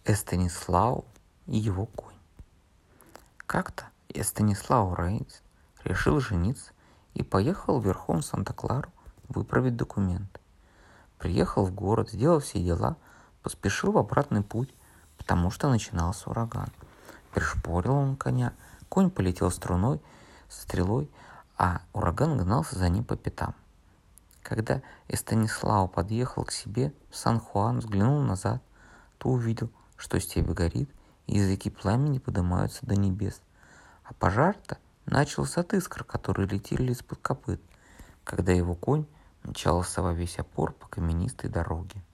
Эстанислау и его конь. Как-то Эстанислау Рейнс решил жениться и поехал верхом в Санта-Клару выправить документы. Приехал в город, сделал все дела, поспешил в обратный путь, потому что начинался ураган. Пришпорил он коня, конь полетел стрелой, а ураган гнался за ним по пятам. Когда Эстанислау подъехал к себе в Сан-Хуан, взглянул назад, то увидел, что степь горит, и языки пламени поднимаются до небес. А пожар-то начался от искр, которые летели из-под копыт, когда его конь мчался во весь опор по каменистой дороге.